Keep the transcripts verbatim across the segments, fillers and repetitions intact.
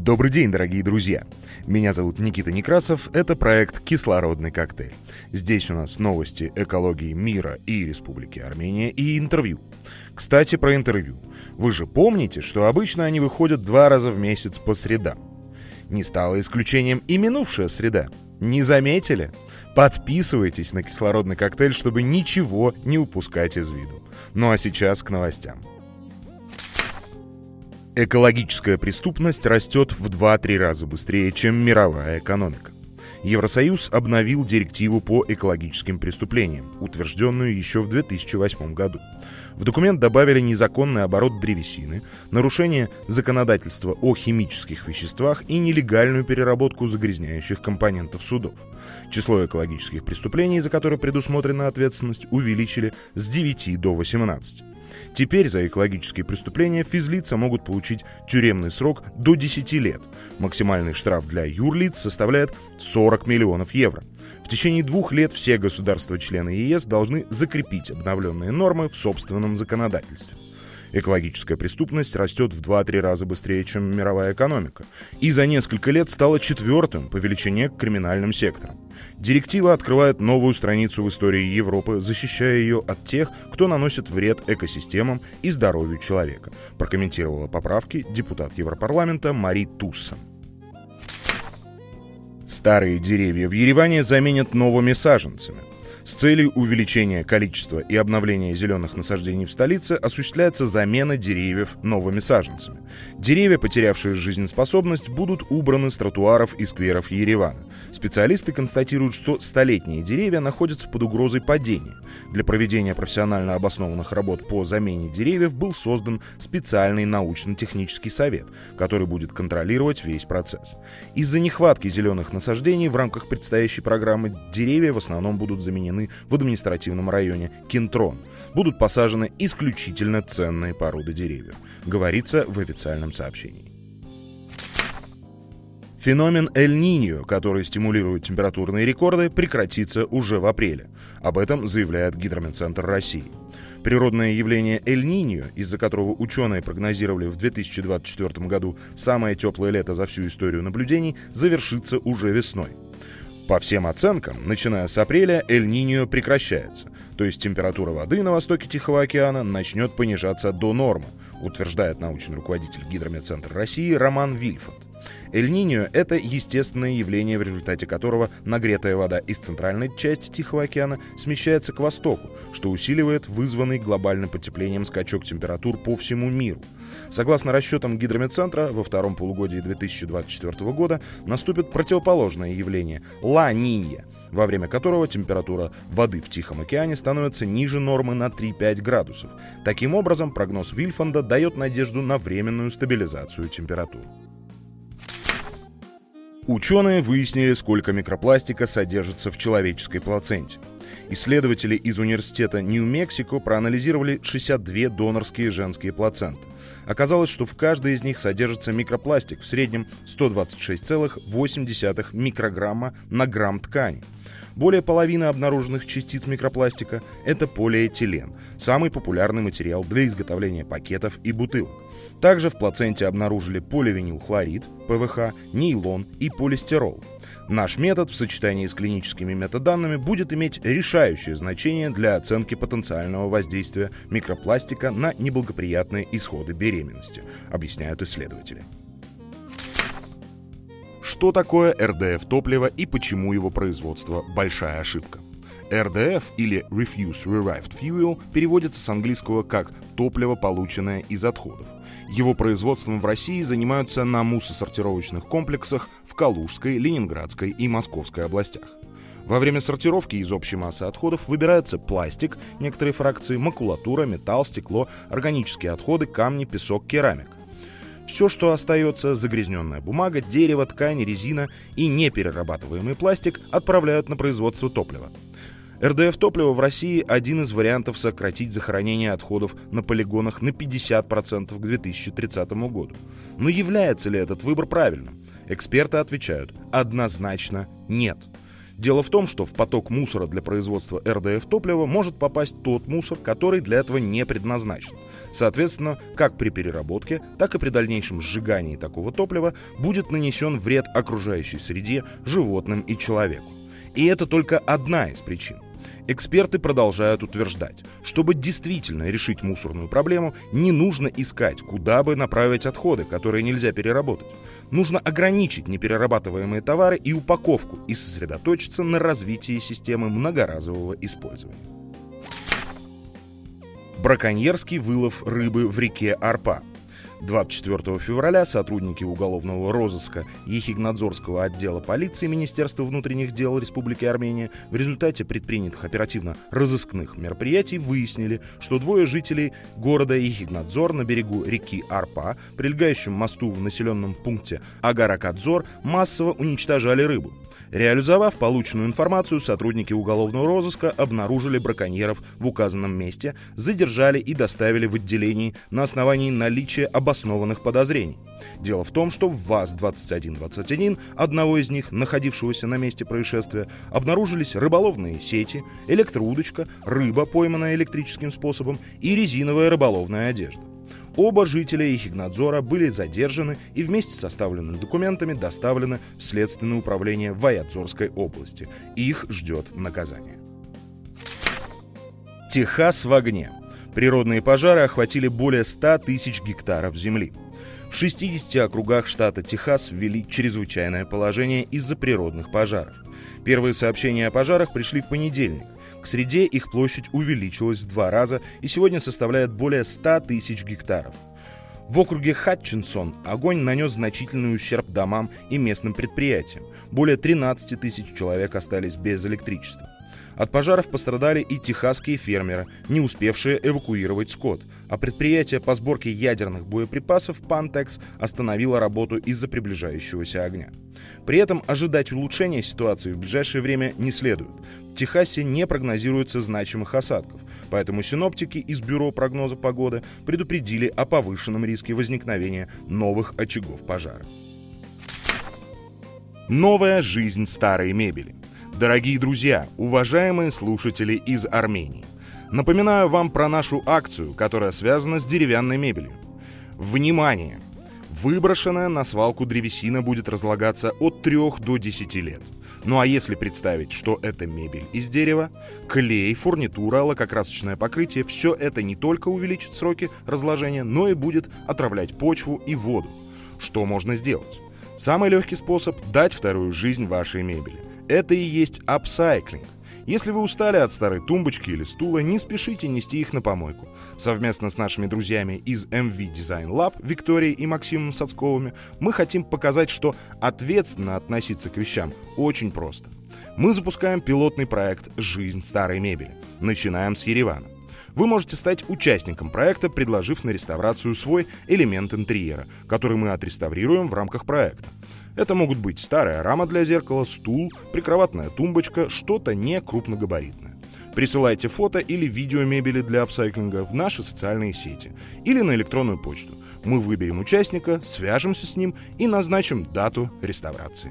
Добрый день, дорогие друзья! Меня зовут Никита Некрасов, это проект «Кислородный коктейль». Здесь у нас новости экологии мира и Республики Армения и интервью. Кстати, про интервью. Вы же помните, что обычно они выходят два раза в месяц по средам? Не стало исключением и минувшая среда. Не заметили? Подписывайтесь на «Кислородный коктейль», чтобы ничего не упускать из виду. Ну а сейчас к новостям. Экологическая преступность растет в два-три раза быстрее, чем мировая экономика. Евросоюз обновил директиву по экологическим преступлениям, утвержденную еще в две тысячи восьмом году. В документ добавили незаконный оборот древесины, нарушение законодательства о химических веществах и нелегальную переработку загрязняющих компонентов судов. Число экологических преступлений, за которые предусмотрена ответственность, увеличили с девяти до восемнадцати. Теперь за экологические преступления физлица могут получить тюремный срок до десяти лет. Максимальный штраф для юрлиц составляет сорок миллионов евро. В течение двух лет все государства-члены ЕС должны закрепить обновленные нормы в собственном законодательстве. Экологическая преступность растет в два-три раза быстрее, чем мировая экономика, и за несколько лет стала четвертым по величине криминальным сектором. Директива открывает новую страницу в истории Европы, защищая ее от тех, кто наносит вред экосистемам и здоровью человека, прокомментировала поправки депутат Европарламента Мари Туссан. Старые деревья в Ереване заменят новыми саженцами. С целью увеличения количества и обновления зеленых насаждений в столице осуществляется замена деревьев новыми саженцами. Деревья, потерявшие жизнеспособность, будут убраны с тротуаров и скверов Еревана. Специалисты констатируют, что столетние деревья находятся под угрозой падения. Для проведения профессионально обоснованных работ по замене деревьев был создан специальный научно-технический совет, который будет контролировать весь процесс. Из-за нехватки зеленых насаждений в рамках предстоящей программы деревья в основном будут заменены в административном районе Кентрон. Будут посажены исключительно ценные породы деревьев, говорится в официальном сообщении. Феномен Эль-Ниньо, который стимулирует температурные рекорды, прекратится уже в апреле. Об этом заявляет Гидрометцентр России. Природное явление Эль-Ниньо, из-за которого ученые прогнозировали в две тысячи двадцать четвёртом году самое теплое лето за всю историю наблюдений, завершится уже весной. По всем оценкам, начиная с апреля Эль-Ниньо прекращается, то есть температура воды на востоке Тихого океана начнет понижаться до нормы, утверждает научный руководитель Гидрометцентра России Роман Вильфанд. Эль-Ниньо – это естественное явление, в результате которого нагретая вода из центральной части Тихого океана смещается к востоку, что усиливает вызванный глобальным потеплением скачок температур по всему миру. Согласно расчетам Гидрометцентра, во втором полугодии две тысячи двадцать четвёртого года наступит противоположное явление – Ла-Нинья, во время которого температура воды в Тихом океане становится ниже нормы на три-пять градусов. Таким образом, прогноз Вильфанда дает надежду на временную стабилизацию температур. Ученые выяснили, сколько микропластика содержится в человеческой плаценте. Исследователи из университета Нью-Мексико проанализировали шестьдесят две донорские женские плаценты. Оказалось, что в каждой из них содержится микропластик, в среднем сто двадцать шесть целых восемь десятых микрограмма на грамм ткани. Более половины обнаруженных частиц микропластика – это полиэтилен, самый популярный материал для изготовления пакетов и бутылок. Также в плаценте обнаружили поливинилхлорид, ПВХ, нейлон и полистирол. Наш метод в сочетании с клиническими метаданными будет иметь решающее значение для оценки потенциального воздействия микропластика на неблагоприятные исходы беременности, объясняют исследователи. Что такое эр дэ эф-топливо и почему его производство – большая ошибка? эр дэ эф или Refuse Derived Fuel переводится с английского как «топливо, полученное из отходов». Его производством в России занимаются на мусосортировочных комплексах в Калужской, Ленинградской и Московской областях. Во время сортировки из общей массы отходов выбирается пластик, некоторые фракции, макулатура, металл, стекло, органические отходы, камни, песок, керамика. Все, что остается, загрязненная бумага, дерево, ткань, резина и неперерабатываемый пластик отправляют на производство топлива. эр дэ эф-топливо в России – один из вариантов сократить захоронение отходов на полигонах на пятьдесят процентов к две тысячи тридцатому году. Но является ли этот выбор правильным? Эксперты отвечают – однозначно нет. Дело в том, что в поток мусора для производства эр дэ эф-топлива может попасть тот мусор, который для этого не предназначен. Соответственно, как при переработке, так и при дальнейшем сжигании такого топлива будет нанесен вред окружающей среде, животным и человеку. И это только одна из причин. Эксперты продолжают утверждать, чтобы действительно решить мусорную проблему, не нужно искать, куда бы направить отходы, которые нельзя переработать. Нужно ограничить неперерабатываемые товары и упаковку и сосредоточиться на развитии системы многоразового использования. Браконьерский вылов рыбы в реке Арпа. двадцать четвёртого февраля сотрудники уголовного розыска Ехиднадзорского отдела полиции Министерства внутренних дел Республики Армения в результате предпринятых оперативно-розыскных мероприятий выяснили, что двое жителей города Ехиднадзор на берегу реки Арпа, прилегающем мосту в населенном пункте Агаракадзор, массово уничтожали рыбу. Реализовав полученную информацию, сотрудники уголовного розыска обнаружили браконьеров в указанном месте, задержали и доставили в отделение на основании наличия обоснованных подозрений. Дело в том, что в ВАЗ двадцать один двадцать один, одного из них, находившегося на месте происшествия, обнаружились рыболовные сети, электроудочка, рыба, пойманная электрическим способом, и резиновая рыболовная одежда. Оба жителя Ехиднадзора были задержаны и вместе с составленными документами доставлены в Следственное управление Ваядзорской области. Их ждет наказание. Техас в огне. Природные пожары охватили более ста тысяч гектаров земли. В шестидесяти округах штата Техас ввели чрезвычайное положение из-за природных пожаров. Первые сообщения о пожарах пришли в понедельник. К среде их площадь увеличилась в два раза и сегодня составляет более ста тысяч гектаров. В округе Хатчинсон огонь нанес значительный ущерб домам и местным предприятиям. Более тринадцати тысяч человек остались без электричества. От пожаров пострадали и техасские фермеры, не успевшие эвакуировать скот, а предприятие по сборке ядерных боеприпасов Pantex остановило работу из-за приближающегося огня. При этом ожидать улучшения ситуации в ближайшее время не следует. В Техасе не прогнозируется значимых осадков, поэтому синоптики из Бюро прогноза погоды предупредили о повышенном риске возникновения новых очагов пожара. Новая жизнь старой мебели. Дорогие друзья, уважаемые слушатели из Армении, напоминаю вам про нашу акцию, которая связана с деревянной мебелью. Внимание! Выброшенная на свалку древесина будет разлагаться от трёх до десяти лет. Ну а если представить, что это мебель из дерева, клей, фурнитура, лакокрасочное покрытие, все это не только увеличит сроки разложения, но и будет отравлять почву и воду. Что можно сделать? Самый легкий способ – дать вторую жизнь вашей мебели. Это и есть апсайклинг. Если вы устали от старой тумбочки или стула, не спешите нести их на помойку. Совместно с нашими друзьями из эм ви Design Lab, Викторией и Максимом Сацковыми, мы хотим показать, что ответственно относиться к вещам очень просто. Мы запускаем пилотный проект «Жизнь старой мебели». Начинаем с Еревана. Вы можете стать участником проекта, предложив на реставрацию свой элемент интерьера, который мы отреставрируем в рамках проекта. Это могут быть старая рама для зеркала, стул, прикроватная тумбочка, что-то не крупногабаритное. Присылайте фото или видео мебели для апсайклинга в наши социальные сети или на электронную почту. Мы выберем участника, свяжемся с ним и назначим дату реставрации.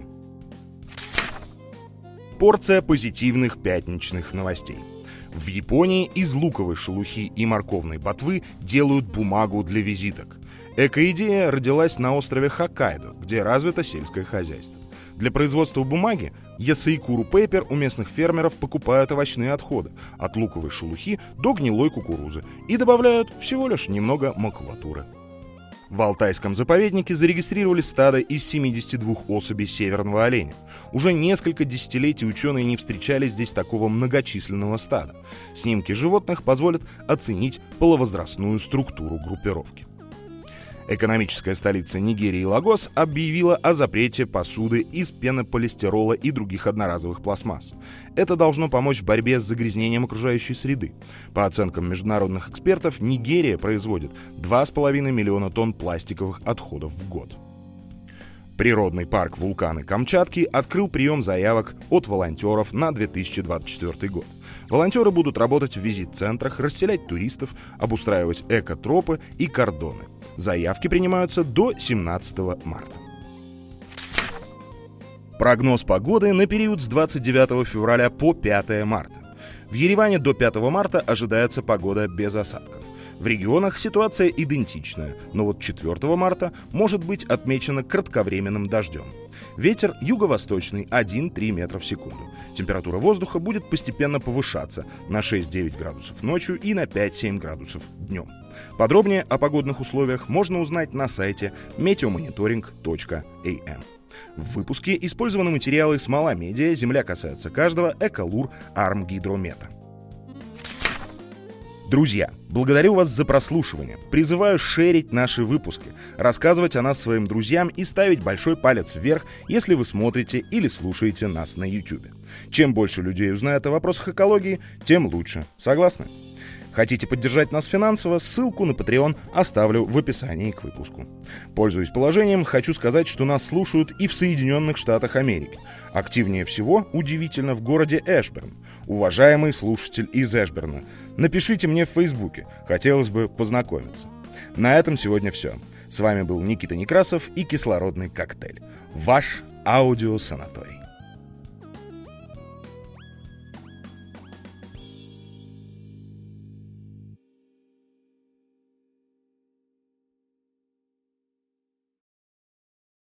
Порция позитивных пятничных новостей. В Японии из луковой шелухи и морковной ботвы делают бумагу для визиток. Эко-идея родилась на острове Хоккайдо, где развито сельское хозяйство. Для производства бумаги Ясаикуру Пейпер у местных фермеров покупают овощные отходы от луковой шелухи до гнилой кукурузы и добавляют всего лишь немного макулатуры. В Алтайском заповеднике зарегистрировали стадо из семидесяти двух особей северного оленя. Уже несколько десятилетий ученые не встречали здесь такого многочисленного стада. Снимки животных позволят оценить половозрастную структуру группировки. Экономическая столица Нигерии Лагос объявила о запрете посуды из пенополистирола и других одноразовых пластмасс. Это должно помочь в борьбе с загрязнением окружающей среды. По оценкам международных экспертов, Нигерия производит два с половиной миллиона тонн пластиковых отходов в год. Природный парк «Вулканы Камчатки» открыл прием заявок от волонтеров на две тысячи двадцать четвёртый год. Волонтеры будут работать в визит-центрах, расселять туристов, обустраивать экотропы и кордоны. Заявки принимаются до семнадцатого марта. Прогноз погоды на период с двадцать девятого февраля по пятое марта. В Ереване до пятого марта ожидается погода без осадков. В регионах ситуация идентичная, но вот четвёртого марта может быть отмечено кратковременным дождем. Ветер юго-восточный один-три метра в секунду. Температура воздуха будет постепенно повышаться на шесть-девять градусов ночью и на пять-семь градусов днем. Подробнее о погодных условиях можно узнать на сайте метеомониторинг точка эй эм. В выпуске использованы материалы «Смола Медиа», «Земля касается каждого», «Эколур», «Армгидромета». Друзья, благодарю вас за прослушивание. Призываю шерить наши выпуски, рассказывать о нас своим друзьям и ставить большой палец вверх, если вы смотрите или слушаете нас на YouTube. Чем больше людей узнает о вопросах экологии, тем лучше. Согласны? Хотите поддержать нас финансово? Ссылку на Patreon оставлю в описании к выпуску. Пользуясь положением, хочу сказать, что нас слушают и в Соединенных Штатах Америки. Активнее всего, удивительно, в городе Эшберн. Уважаемый слушатель из Эшберна, напишите мне в Фейсбуке, хотелось бы познакомиться. На этом сегодня все. С вами был Никита Некрасов и «Кислородный коктейль». Ваш аудиосанаторий.